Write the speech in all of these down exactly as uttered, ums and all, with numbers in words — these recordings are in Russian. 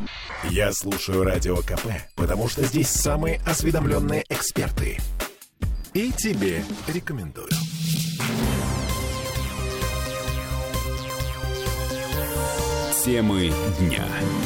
Я слушаю Радио КП, потому что здесь самые осведомленные эксперты. И тебе рекомендую. Темы дня.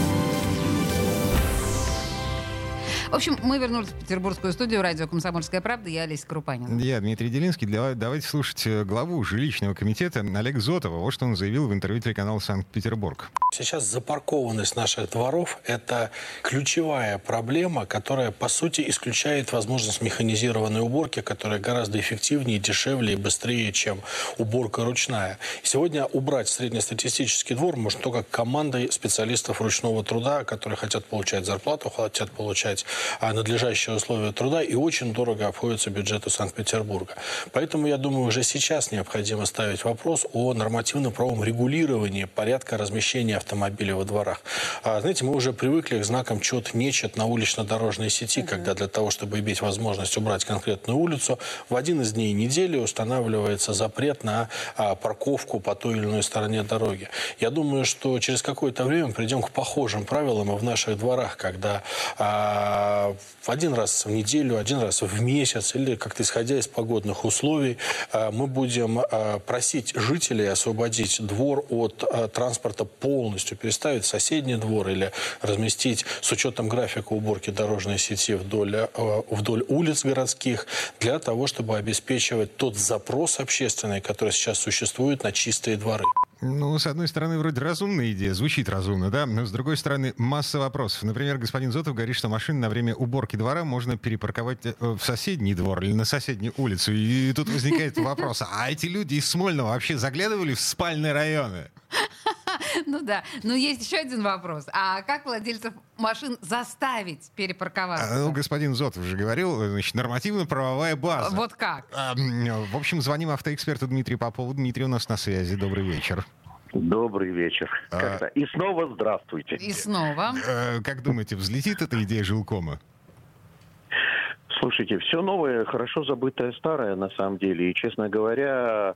В общем, мы вернулись в петербургскую студию радио «Комсомольская правда». Я Олеся Крупанина. Я Дмитрий Делинский. Давайте слушать главу жилищного комитета Олега Зотова. Вот что он заявил в интервью телеканалу «Санкт-Петербург». Сейчас запаркованность наших дворов – это ключевая проблема, которая, по сути, исключает возможность механизированной уборки, которая гораздо эффективнее, дешевле и быстрее, чем уборка ручная. Сегодня убрать среднестатистический двор можно только командой специалистов ручного труда, которые хотят получать зарплату, хотят получать надлежащие условия труда, и очень дорого обходится бюджету Санкт-Петербурга. Поэтому, я думаю, уже сейчас необходимо ставить вопрос о нормативно-правовом регулировании порядка размещения автомобилей во дворах. А, знаете, мы уже привыкли к знакам «чет-нечет» на улично-дорожной сети, mm-hmm. когда для того, чтобы иметь возможность убрать конкретную улицу, в один из дней недели устанавливается запрет на а, парковку по той или иной стороне дороги. Я думаю, что через какое-то время мы придем к похожим правилам и в наших дворах, когда а, один раз в неделю, один раз в месяц или как-то исходя из погодных условий а, мы будем а, просить жителей освободить двор от а, транспорта полностью, переставить соседний двор или разместить с учетом графика уборки дорожной сети вдоль, вдоль улиц городских, для того, чтобы обеспечивать тот запрос общественный, который сейчас существует на чистые дворы. Ну, с одной стороны, вроде разумная идея, звучит разумно, да? Но с другой стороны, масса вопросов. Например, господин Зотов говорит, что машины на время уборки двора можно перепарковать в соседний двор или на соседнюю улицу. И тут возникает вопрос, а эти люди из Смольного вообще заглядывали в спальные районы? Ну да. Но есть еще один вопрос. А как владельцев машин заставить перепарковаться? А, ну, господин Зотов же говорил, значит, нормативно-правовая база. Вот как? А, в общем, звоним автоэксперту Дмитрию Попову. Дмитрий у нас на связи. Добрый вечер. Добрый вечер. А... И снова здравствуйте. И снова. А, как думаете, взлетит эта идея жилкома? Слушайте, все новое, хорошо забытое старое, на самом деле. И, честно говоря,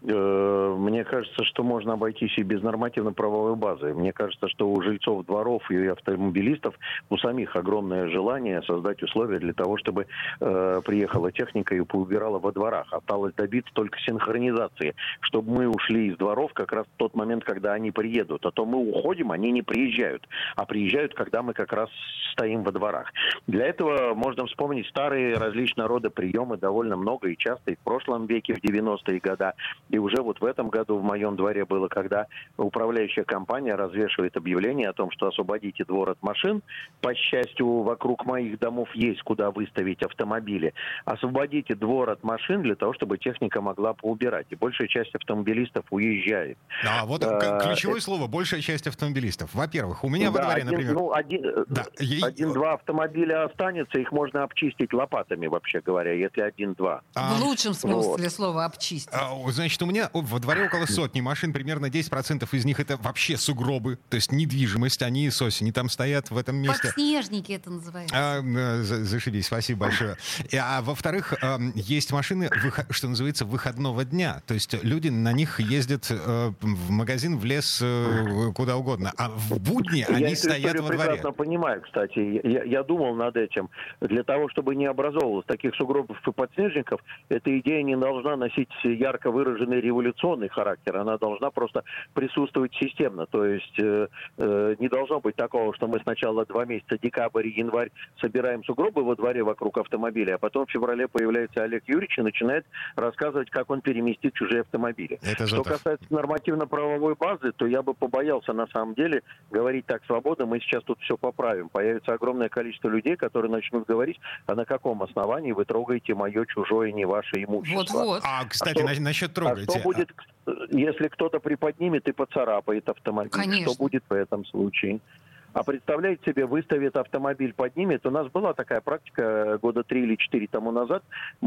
э, мне кажется, что можно обойтись и без нормативно-правовой базы. Мне кажется, что у жильцов дворов и автомобилистов у самих огромное желание создать условия для того, чтобы э, приехала техника и поубирала во дворах. Осталось добиться только синхронизации, чтобы мы ушли из дворов как раз в тот момент, когда они приедут. А то мы уходим, они не приезжают. А приезжают, когда мы как раз стоим во дворах. Для этого можно вспомнить старые различного рода приемы, довольно много и часто, и в прошлом веке, в девяностые годы, и уже вот в этом году в моем дворе было, когда управляющая компания развешивает объявление о том, что освободите двор от машин. По счастью, вокруг моих домов есть куда выставить автомобили. Освободите двор от машин для того, чтобы техника могла поубирать. И большая часть автомобилистов уезжает. А вот а, ключевое это... слово «большая часть автомобилистов». Во-первых, у меня да, во дворе, один, например... Ну, один, да, один-два автомобиля останется, их можно обчистить лопатами, вообще говоря, если один-два. А, в лучшем смысле вот. слова обчистить. А, значит, у меня во дворе около сотни машин, примерно десять процентов из них это вообще сугробы, то есть недвижимость, они с осени там стоят в этом месте. Подснежники это называется. А, зашибись, спасибо большое. А во-вторых, есть машины, что называется, выходного дня, то есть люди на них ездят в магазин, в лес, куда угодно, а в будни они я стоят во дворе. Я прекрасно понимаю, кстати, я, я думал над этим. Для того, чтобы не образовывалось таких сугробов и подснежников, эта идея не должна носить ярко выраженный революционный характер, она должна просто присутствовать системно. То есть э, э, не должно быть такого, что мы сначала два месяца, декабрь и январь, собираем сугробы во дворе вокруг автомобиля, а потом в феврале появляется Олег Юрьевич и начинает рассказывать, как он переместит чужие автомобили. Это что касается нормативно-правовой базы, то я бы побоялся на самом деле говорить так свободно, мы сейчас тут все поправим. Появится огромное количество людей, которые начнут говорить, а на каком основании вы трогаете мое, чужое, не ваше имущество. Вот-вот. А, кстати, а что, насчет трогаете. А что будет, если кто-то приподнимет и поцарапает автомобиль? Конечно. Что будет в этом случае? А представляете себе, выставит автомобиль, поднимет. У нас была такая практика года три или четыре тому назад.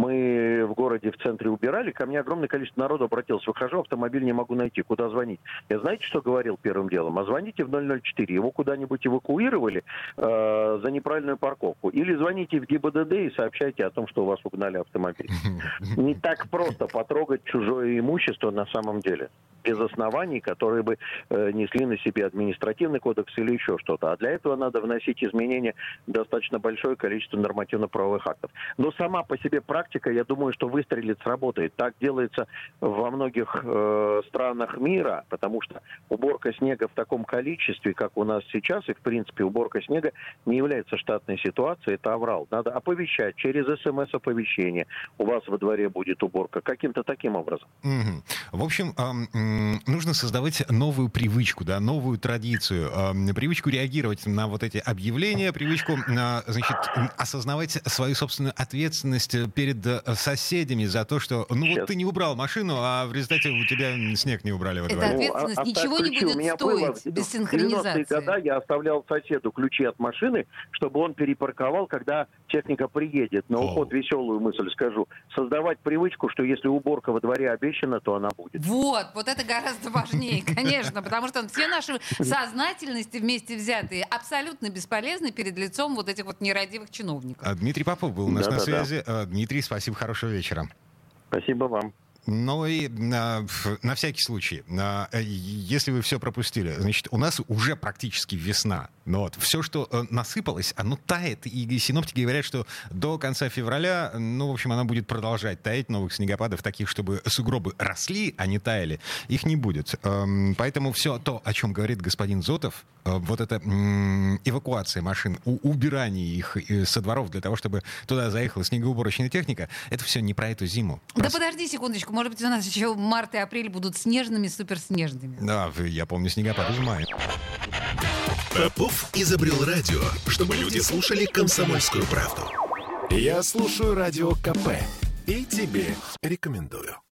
Мы в городе в центре убирали. Ко мне огромное количество народу обратилось. Выхожу, автомобиль не могу найти. Куда звонить? Я знаете, что говорил первым делом? А звоните в ноль ноль четыре. Его куда-нибудь эвакуировали э, за неправильную парковку. Или звоните в ГИБДД и сообщайте о том, что у вас угнали автомобиль. Не так просто потрогать чужое имущество на самом деле. Без оснований, которые бы э, несли на себе административный кодекс или еще что. что-то. А для этого надо вносить изменения в достаточно большое количество нормативно-правовых актов. Но сама по себе практика, я думаю, что выстрелит, сработает. Так делается во многих э, странах мира, потому что уборка снега в таком количестве, как у нас сейчас, и в принципе уборка снега не является штатной ситуацией, это аврал. Надо оповещать через смс-оповещение. У вас во дворе будет уборка. Каким-то таким образом. Угу. В общем, э, нужно создавать новую привычку, да, новую традицию, э, привычку реагировать на вот эти объявления, привычку, э, значит, осознавать свою собственную ответственность перед э, соседями за то, что, ну Сейчас. вот ты не убрал машину, а в результате у тебя снег не убрали во Это дворе. ответственность Ну, а- ничего не автоключи. У будет меня стоить было без в девяностые синхронизации. годы я оставлял соседу ключи от машины, чтобы он перепарковал, когда техника приедет. На уход О. веселую мысль скажу. Создавать привычку, что если уборка во дворе обещана, то она будет. Вот, вот это гораздо важнее, конечно, потому что все наши сознательности вместе взятые абсолютно бесполезны перед лицом вот этих вот нерадивых чиновников. А Дмитрий Попов был у нас на Да-да-да. связи. Э, Дмитрий, спасибо, хорошего вечера. Спасибо вам. Ну и а, ф- на всякий случай, а, э, если вы все пропустили, значит, у нас уже практически весна. Но вот все, что э, насыпалось, оно тает. И синоптики говорят, что до конца февраля, ну, в общем, она будет продолжать таять. Новых снегопадов, таких, чтобы сугробы росли, а не таяли, их не будет. Эм, поэтому все то, о чем говорит господин Зотов, э, вот эта м, эвакуация машин, у- убирание их э, со дворов для того, чтобы туда заехала снегоуборочная техника, это все не про эту зиму. Да Просто- подожди секундочку, может быть, у нас еще март и апрель будут снежными, суперснежными. Да, я помню снегопад из мая. Попов изобрел радио, чтобы люди слушали «Комсомольскую правду». Я слушаю Радио КП и тебе рекомендую.